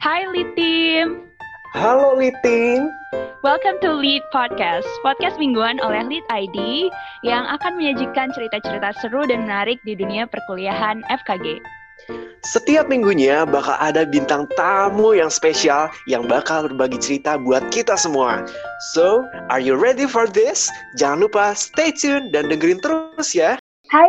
Hai Lead Team, Halo Litin, welcome to Lead Podcast, podcast mingguan oleh Lead ID yang akan menyajikan cerita-cerita seru dan menarik di dunia perkuliahan FKG. setiap minggunya bakal ada bintang tamu yang spesial yang bakal berbagi cerita buat kita semua. So, are you ready for this? Jangan lupa stay tune dan dengerin terus ya. Hai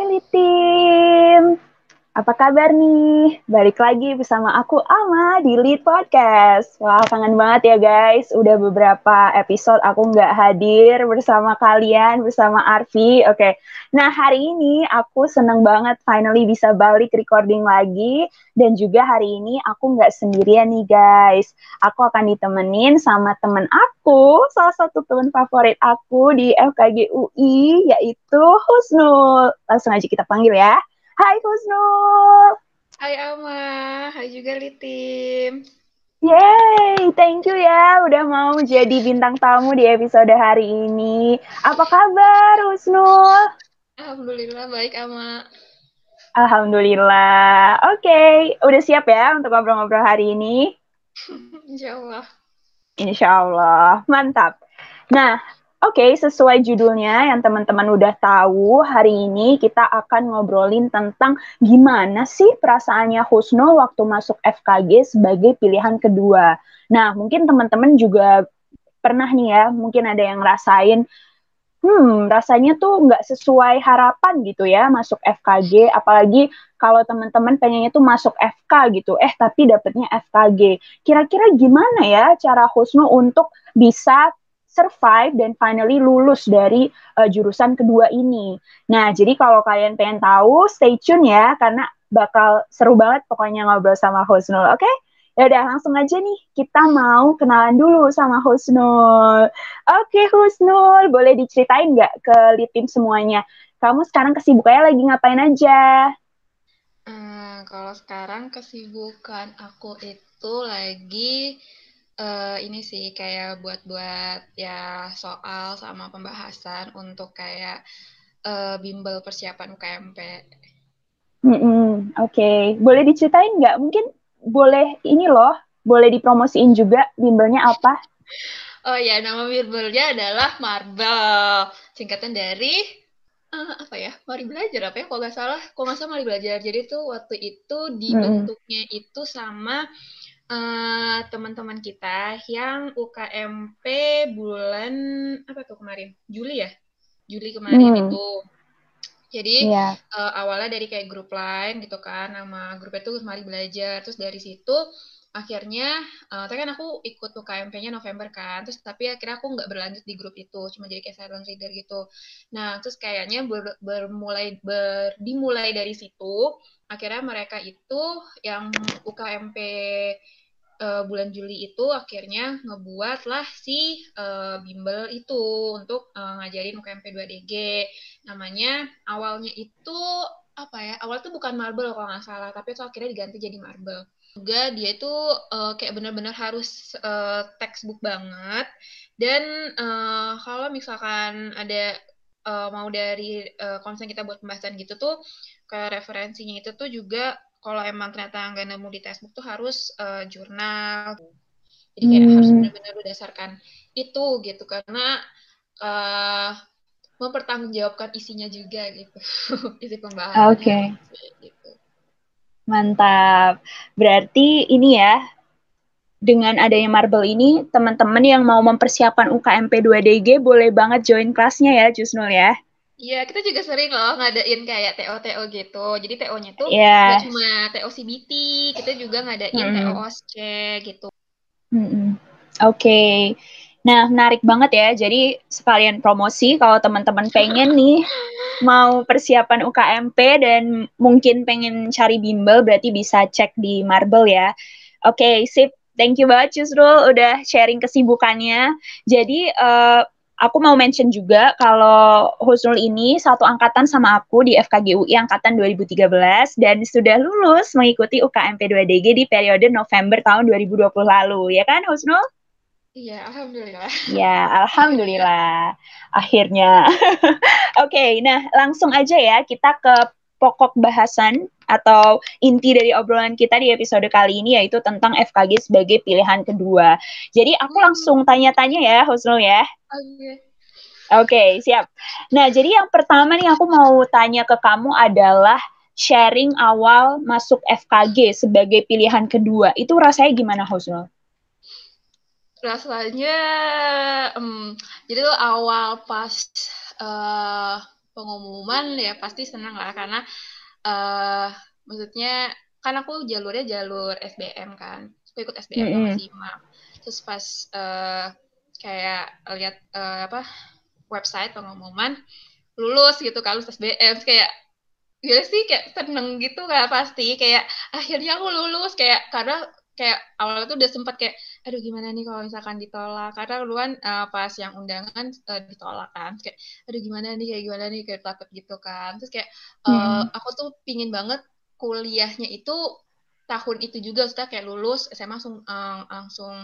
Litim, apa kabar nih? Balik lagi bersama aku Alma di Lead Podcast. Wah, kangen banget ya guys. Udah beberapa episode aku nggak hadir bersama kalian, bersama Arfi. Oke, nah hari ini aku seneng banget finally bisa balik recording lagi. Dan juga hari ini aku nggak sendirian nih guys. Aku akan ditemenin sama temen aku, salah satu temen favorit aku di FKG UI, yaitu Husnul. Langsung aja kita panggil ya. Hai Husnul. Hai Alma, hai juga Litim. Yeay, thank you ya udah mau jadi bintang tamu di episode hari ini. Apa kabar Husnul? Alhamdulillah baik Alma. Alhamdulillah. Oke, udah siap ya untuk ngobrol-ngobrol hari ini? Insya Allah. Insya Allah, mantap. Nah, oke, sesuai judulnya yang teman-teman udah tahu, hari ini kita akan ngobrolin tentang gimana sih perasaannya Husnul waktu masuk FKG sebagai pilihan kedua. Nah, mungkin teman-teman juga pernah nih ya, mungkin ada yang ngerasain, rasanya tuh nggak sesuai harapan gitu ya masuk FKG, apalagi kalau teman-teman pengennya tuh masuk FK gitu, tapi dapetnya FKG. Kira-kira gimana ya cara Husnul untuk bisa survive dan finally lulus dari jurusan kedua ini. Nah, jadi kalau kalian pengen tahu, stay tune ya, karena bakal seru banget pokoknya ngobrol sama Husnul, oke? Ya udah, langsung aja nih, kita mau kenalan dulu sama Husnul. Oke, Husnul, boleh diceritain nggak ke Litim semuanya? Kamu sekarang kesibukannya lagi ngapain aja? Kalau sekarang kesibukan aku itu lagi ini sih kayak buat ya soal sama pembahasan untuk kayak bimbel persiapan UKMP. Oke. Boleh diceritain nggak? Mungkin boleh ini loh, boleh dipromosiin juga bimbelnya apa? Oh ya, nama bimbelnya adalah Marbel, singkatan dari apa ya? Mari belajar apa ya? Kalau nggak salah Mari Belajar. Jadi tuh waktu itu dibentuknya itu sama teman-teman kita yang UKMP bulan apa tuh kemarin? Juli ya? Juli kemarin itu. Jadi awalnya dari kayak grup lain gitu kan, nama grupnya tuh Mari Belajar. Terus dari situ akhirnya, tapi kan aku ikut UKMP-nya November kan, terus tapi akhirnya aku nggak berlanjut di grup itu, cuma jadi kayak silent reader gitu. Nah, terus kayaknya dimulai dari situ, akhirnya mereka itu yang UKMP bulan Juli itu akhirnya ngebuatlah si bimbel itu untuk ngajarin UKMP 2DG. Namanya awalnya itu apa ya? Awal tuh bukan Marble kalau nggak salah, tapi itu akhirnya diganti jadi Marble. Juga dia itu kayak benar-benar harus textbook banget. Dan kalau misalkan ada mau dari konsen kita buat pembahasan gitu tuh, kayak referensinya itu tuh juga kalau emang ternyata nggak nemu di textbook tuh harus jurnal. Jadi kayak harus benar-benar berdasarkan itu gitu, karena mempertanggungjawabkan isinya juga gitu. Isi pembahasannya. Oke. Gitu. Mantap. Berarti ini ya, dengan adanya Marble ini, teman-teman yang mau mempersiapkan UKMP 2DG boleh banget join kelasnya ya, Jusnul ya? Iya, kita juga sering loh ngadain kayak TO-TO gitu. Jadi TO-nya tuh nggak cuma TO CBT, kita juga ngadain TO OSC gitu. Oke. Nah, menarik banget ya. Jadi sekalian promosi kalau teman-teman pengen nih mau persiapan UKMP dan mungkin pengen cari bimbel, berarti bisa cek di Marble ya. Oke, sip. Thank you banget Yusrul udah sharing kesibukannya. Jadi aku mau mention juga kalau Husnul ini satu angkatan sama aku di FKG UI angkatan 2013 dan sudah lulus mengikuti UKMP 2DG di periode November tahun 2020 lalu. Ya kan Husnul? Iya, alhamdulillah. Ya, alhamdulillah. Akhirnya. Oke, nah langsung aja ya kita ke pokok bahasan atau inti dari obrolan kita di episode kali ini, yaitu tentang FKG sebagai pilihan kedua. Jadi aku langsung tanya-tanya ya, Husnul ya. Oke, siap. Nah, jadi yang pertama nih aku mau tanya ke kamu adalah sharing awal masuk FKG sebagai pilihan kedua. Itu rasanya gimana, Husnul? Rasanya, jadi tuh awal pas pengumuman ya pasti senang lah, karena maksudnya kan aku jalurnya jalur SBM kan, aku ikut SBM sama SIMAK. Terus pas kayak lihat website pengumuman lulus gitu kan, lulus SBM, kayak ya sih kayak seneng gitu kan, pasti kayak akhirnya aku lulus, kayak karena kayak awalnya tuh udah sempat kayak aduh gimana nih kalau misalkan ditolak, karena duluan pas yang undangan ditolak kan, kayak aduh gimana nih kayak takut gitu kan. Terus kayak aku tuh pingin banget kuliahnya itu tahun itu juga, setelah kayak lulus SMA langsung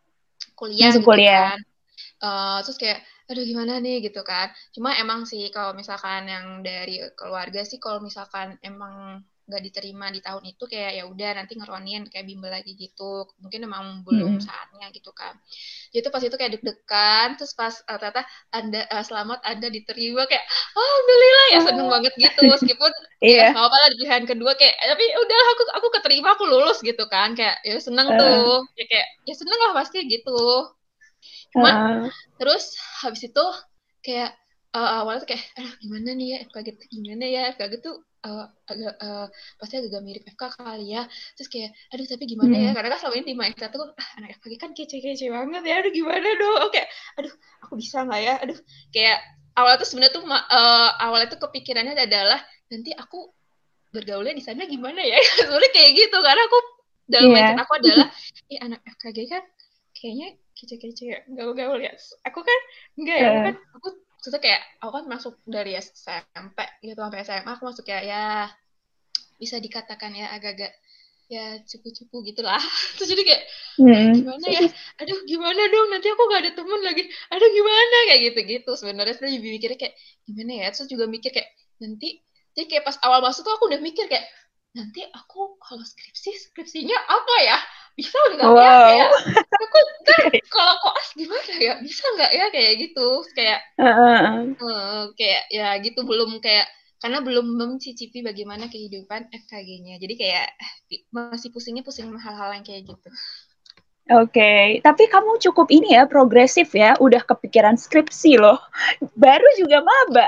kuliah gitu kan. Terus kayak aduh gimana nih gitu kan. Cuma emang sih kalau misalkan yang dari keluarga sih, kalau misalkan emang nggak diterima di tahun itu, kayak ya udah nanti ngeronin kayak bimbel lagi gitu, mungkin emang belum saatnya gitu kan. Jadi pas itu kayak deg-degan, terus pas ternyata Anda selamat Anda diterima, kayak alhamdulillah ya, seneng banget gitu, meskipun ya nggak apa-apa lah di pilihan kedua, kayak tapi udah aku keterima, aku lulus gitu kan, kayak ya seneng tuh, ya kayak ya seneng lah pasti gitu. Cuma terus habis itu kayak awalnya tuh kayak gimana nih ya FKG tuh, gimana ya FKG tuh agak pasti agak mirip FK kali ya. Terus kayak aduh tapi gimana ya, karena kan selama ini di mindset tuh anak FKG kan kece-kece banget ya, aduh gimana dong, oke aduh aku bisa nggak ya, aduh kayak awalnya tuh sebenarnya tuh awalnya tuh kepikirannya adalah nanti aku bergaulnya di sana gimana ya. Sebenarnya kayak gitu, karena aku dalam mindset aku adalah anak FKG kan kayaknya kece-kece ya, gaul-gaul ya. Aku kan enggak ya, aku maksudnya kayak aku kan masuk dari SMP gitu sampai SMA, aku masuk ya bisa dikatakan ya agak-agak ya cupu-cupu gitulah. Terus jadi kayak gimana ya, aduh gimana dong nanti aku gak ada temen lagi, aduh gimana, kayak gitu-gitu. Sebenarnya saya lebih mikirnya kayak gimana ya, terus juga mikir kayak nanti, jadi kayak pas awal masuk tuh aku udah mikir kayak nanti aku kalau skripsinya apa ya, bisa nggak ya, kayak aku ntar kalau koas gimana ya, bisa nggak ya, kayak gitu, kayak kayak ya gitu, belum kayak karena belum mencicipi bagaimana kehidupan FKG-nya, jadi kayak masih pusing hal-hal yang kayak gitu. Oke, tapi kamu cukup ini ya, progresif ya, udah kepikiran skripsi loh, baru juga maba.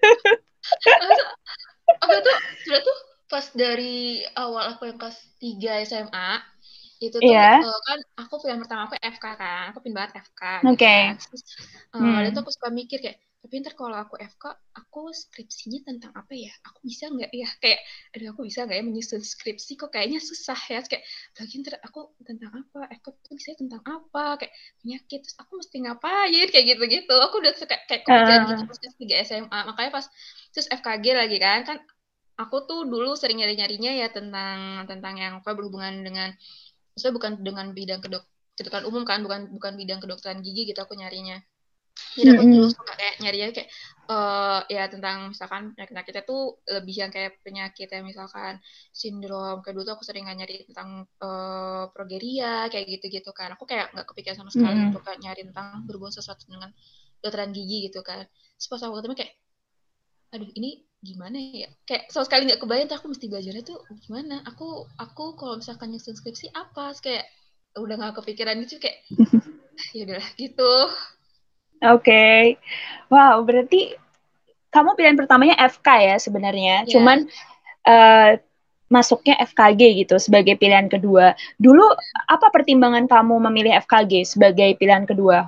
Aku tuh sudah tuh pas dari awal aku yang kelas 3 SMA itu tuh kan aku pilihan pertama aku FK kan, aku pin banget FK gitu kan. Terus dan tuh aku suka mikir kayak tapi ntar kalau aku FK aku skripsinya tentang apa ya, aku bisa nggak ya, kayak aduh aku bisa nggak ya menyusun skripsi, kok kayaknya susah ya. Terus kayak lagi ntar aku tentang apa, FK tuh bisa tentang apa, kayak penyakit, terus aku mesti ngapain, kayak gitu-gitu. Aku udah kayak kepikiran gitu pas kelas 3 SMA. Makanya pas terus FKG lagi kan aku tuh dulu sering nyari-nyarinya ya tentang yang apa berhubungan dengan, maksudnya bukan dengan bidang kedokteran umum kan, bukan bidang kedokteran gigi gitu aku nyarinya. Jadi aku dulu suka kayak nyarinya kayak ya tentang misalkan penyakit-penyakitnya tuh lebih yang kayak penyakit yang misalkan sindrom, kayak dulu tuh aku sering nyari tentang progeria kayak gitu-gitu kan. Aku kayak nggak kepikiran sama sekali untuk kayak nyari tentang berhubungan sesuatu dengan kedokteran gigi gitu kan. Terus pas aku ketemu kayak aduh ini gimana ya, kayak sama sekali nggak kebayang tuh aku mesti belajarnya tuh gimana, aku kalau misalkan nyusun skripsi apa, kayak udah nggak kepikiran gitu, kayak ya udahlah gitu. Oke. Wow, berarti kamu pilihan pertamanya FK ya sebenarnya, cuman masuknya FKG gitu sebagai pilihan kedua. Dulu apa pertimbangan kamu memilih FKG sebagai pilihan kedua?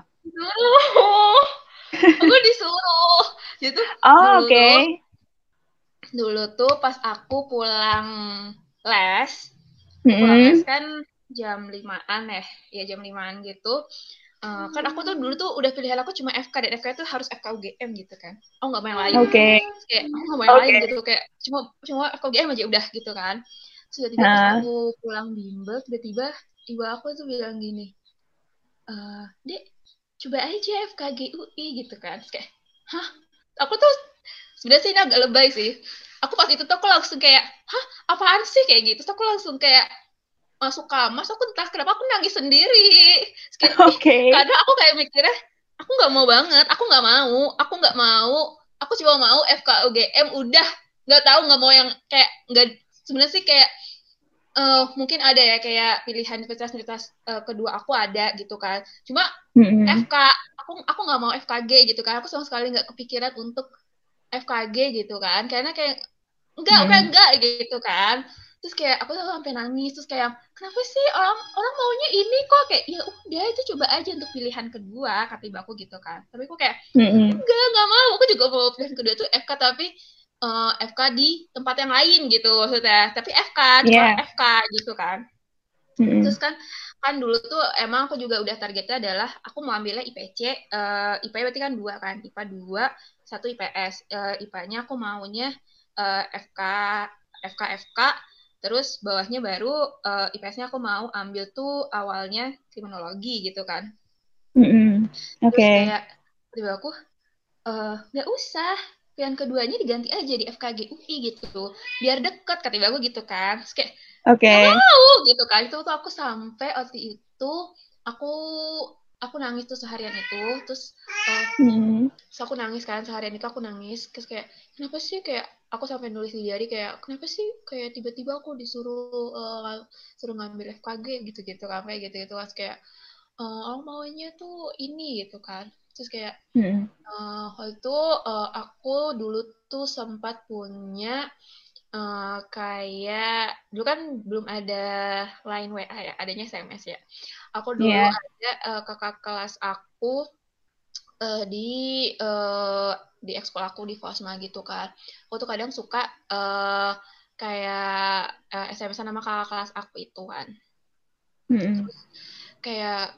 Aku disuruh. Jadi tuh dulu tuh pas aku pulang les, pulang les kan jam 5-an ya jam 5-an gitu. Kan aku tuh dulu tuh udah pilihan aku cuma FK, dan FK itu harus FK UGM gitu kan. Oh nggak mau yang lain. Kayak aku nggak mau yang lain gitu, kayak cuma FK UGM aja udah gitu kan. Sudah tiba pas aku pulang bimbel, tiba-tiba ibu aku tuh bilang gini, Dek coba aja FKG UI gitu kan. Terus kayak hah, aku tuh sebenarnya sih ini agak lebay sih. aku pas itu tuh aku langsung kayak, hah apaan sih kayak gitu. Terus aku langsung kayak masuk kamar, aku entah kenapa aku nangis sendiri. Terus kayak, Oke. kadang aku kayak mikirnya, aku nggak mau banget, aku nggak mau, aku cuma mau FKUGM udah, nggak tahu nggak mau yang kayak nggak, sebenarnya sih kayak mungkin ada ya kayak pilihan universitas kedua aku ada gitu kan, cuma Mm-mm. FK aku nggak mau FKG gitu kan, aku sama sekali nggak kepikiran untuk FKG gitu kan, karena kayak Mm. enggak gitu kan. Terus kayak aku tuh sampai nangis, terus kayak kenapa sih orang orang maunya ini kok, kayak ya udah itu coba aja untuk pilihan kedua kata ibu aku gitu kan. Tapi aku kayak Mm-mm. enggak mau, aku juga mau pilihan kedua tuh FK, tapi FK di tempat yang lain gitu maksudnya, tapi FK cuma Iya. FK gitu kan. Mm-mm. Terus kan kan dulu tuh emang aku juga udah targetnya adalah aku mau ambilnya IPC, IPA berarti kan 2 kan, IPA 2, 1 IPS. IPA-nya aku maunya FK, FK, terus bawahnya baru IPS-nya aku mau ambil tuh awalnya kriminologi gitu kan. Mm-mm. Terus Oke. kayak tiba aku nggak usah, pilihan keduanya diganti aja di FKG UI gitu, biar deket kata ibu aku gitu kan. Terus kayak nggak Oke. mau gitu kan. Itu tuh aku sampai waktu itu aku aku nangis tuh seharian itu. Terus Mm-mm. terus aku nangis kan, seharian itu aku nangis. Terus kayak kenapa sih, kayak aku sampai nulis di diary kayak kenapa sih kayak tiba-tiba aku disuruh suruh ngambil FKG gitu-gitu kan, kayak gitu-gitu kan. Terus kayak orang maunya tuh ini gitu kan. Terus kayak Mm-mm. waktu itu aku dulu tuh sempat punya kayak dulu kan belum ada line WA ya, adanya SMS ya. Aku dulu Iya. ada kakak kelas aku di di ekskul aku di Fosma gitu kan. Aku tuh kadang suka kayak SMS-an sama kakak kelas aku itu kan. Mm-mm. Kayak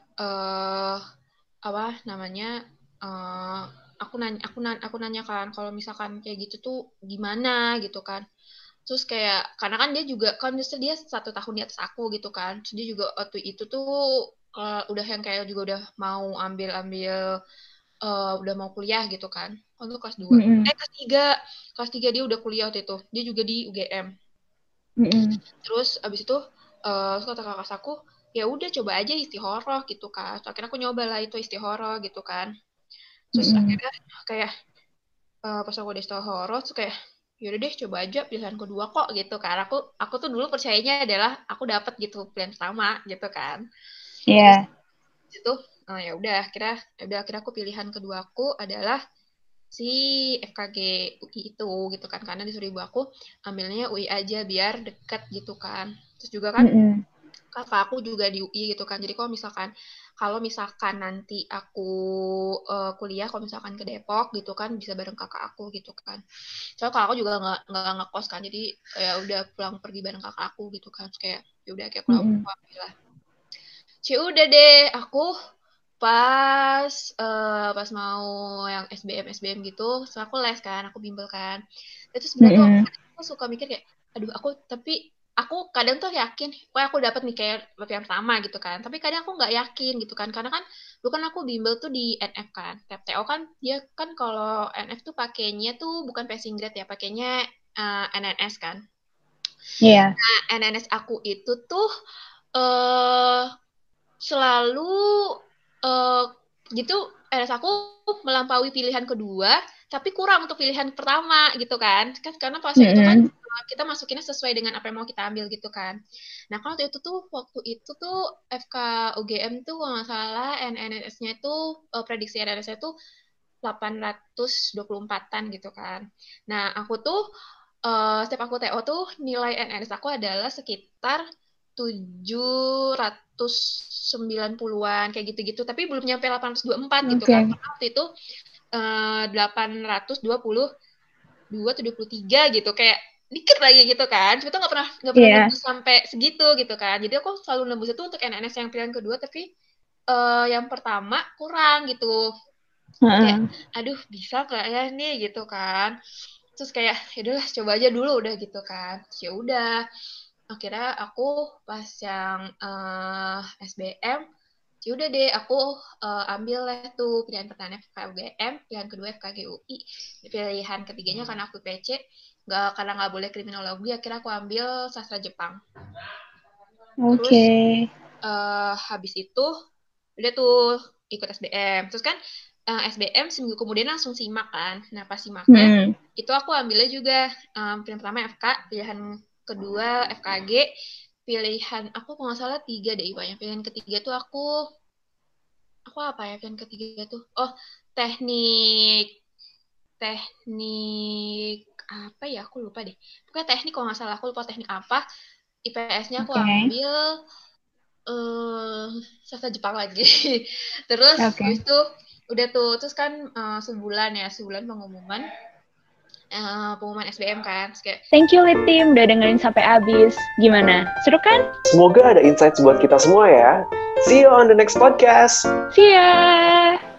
apa namanya, eh aku nanya kan kalau misalkan kayak gitu tuh gimana gitu kan. Terus kayak karena kan dia juga kan justru dia 1 tahun di atas aku gitu kan. Terus dia juga waktu itu tuh udah yang kayak juga udah mau ambil udah mau kuliah gitu kan. Untuk kelas 2. Mm-mm. Kelas 3. Kelas 3 dia udah kuliah waktu itu. Dia juga di UGM. Mm-mm. Terus abis itu terus kata kakak aku, ya udah coba aja istihoroh gitu kan. Terus akhirnya aku nyoba lah itu istihoroh gitu kan. Terus Mm-mm. akhirnya kayak pas aku udah istihoroh terus kayak yaudah deh coba aja pilihan kedua kok gitu kan. Aku tuh dulu percayanya adalah aku dapat gitu pilihan pertama gitu kan. Terus Iya. itu ya udah akhirnya aku pilihan kedua aku adalah si FKG UI itu gitu kan, karena disuruh ibu aku ambilnya UI aja biar deket gitu kan. Terus juga kan Mm-mm. kakak aku juga di UI gitu kan, jadi kalau misalkan nanti aku kuliah, kalau misalkan ke Depok gitu kan bisa bareng kakak aku gitu kan. Soalnya kakak aku juga nggak ngekos kan, jadi kayak udah pulang pergi bareng kakak aku gitu kan. Terus kayak ya udah kayak Mm-mm. aku ambil lah. Udah deh aku pas pas mau yang SBM gitu, terus aku les kan, aku bimbel kan. Itu sebenarnya tuh Mm-mm. aku suka mikir kayak, aduh aku kadang tuh yakin, wah aku dapat nih kayak yang pertama gitu kan. Tapi kadang aku nggak yakin gitu kan, karena kan bukan aku bimbel tuh di NF kan. TPO kan dia kan kalau NF tuh pakainya tuh bukan passing grade ya, pakainya NNS kan. Iya. Nah, NNS aku itu tuh eh selalu eh gitu, RS aku melampaui pilihan kedua tapi kurang untuk pilihan pertama gitu kan, karena pas itu kan Mm-mm. kita masukinnya sesuai dengan apa yang mau kita ambil gitu kan. Nah kalau waktu itu tuh FK UGM tuh kalau nggak salah NNS-nya itu prediksi NNS-nya tuh 824-an gitu kan. Nah aku tuh setiap aku TO tuh nilai NNS aku adalah sekitar 790-an kayak gitu-gitu, tapi belum nyampe 824 gitu kan. Oke. Karena waktu itu 822 73 gitu, kayak dikit lagi gitu kan. Cuma tuh nggak pernah Iya. nembus sampai segitu gitu kan. Jadi aku selalu nembus itu untuk NNS yang pilihan kedua, tapi yang pertama kurang gitu. Kayak Heeh. aduh bisa nggak ya nih gitu kan. Terus kayak ya udahlah coba aja dulu udah gitu kan. Terus ya udah akhirnya aku pas yang SBM Ya udah deh, aku ambil lah tuh pilihan pertama FKUGM, pilihan kedua FKGUI, pilihan ketiganya karena aku PC, karena nggak boleh kriminologi, akhirnya aku ambil sastra Jepang. Terus habis itu udah tuh ikut SBM. Terus kan SBM seminggu kemudian langsung simak kan. Nah pas simaknya itu aku ambilnya juga pilihan pertama FK, pilihan kedua FKG, pilihan aku kalau nggak salah 3 deh banyak. Pilihan ketiga tuh aku apa ya pilihan ketiga tuh? Oh teknik apa ya aku lupa deh. Pokoknya teknik kalau nggak salah aku lupa teknik apa. IPS-nya aku ambil sastra Jepang lagi. Terus habis itu udah tuh terus kan sebulan pengumuman SBM kan. Kayak, thank you Lit Team udah dengerin sampai habis. Gimana? Seru kan? Semoga ada insights buat kita semua ya. See you on the next podcast. See ya.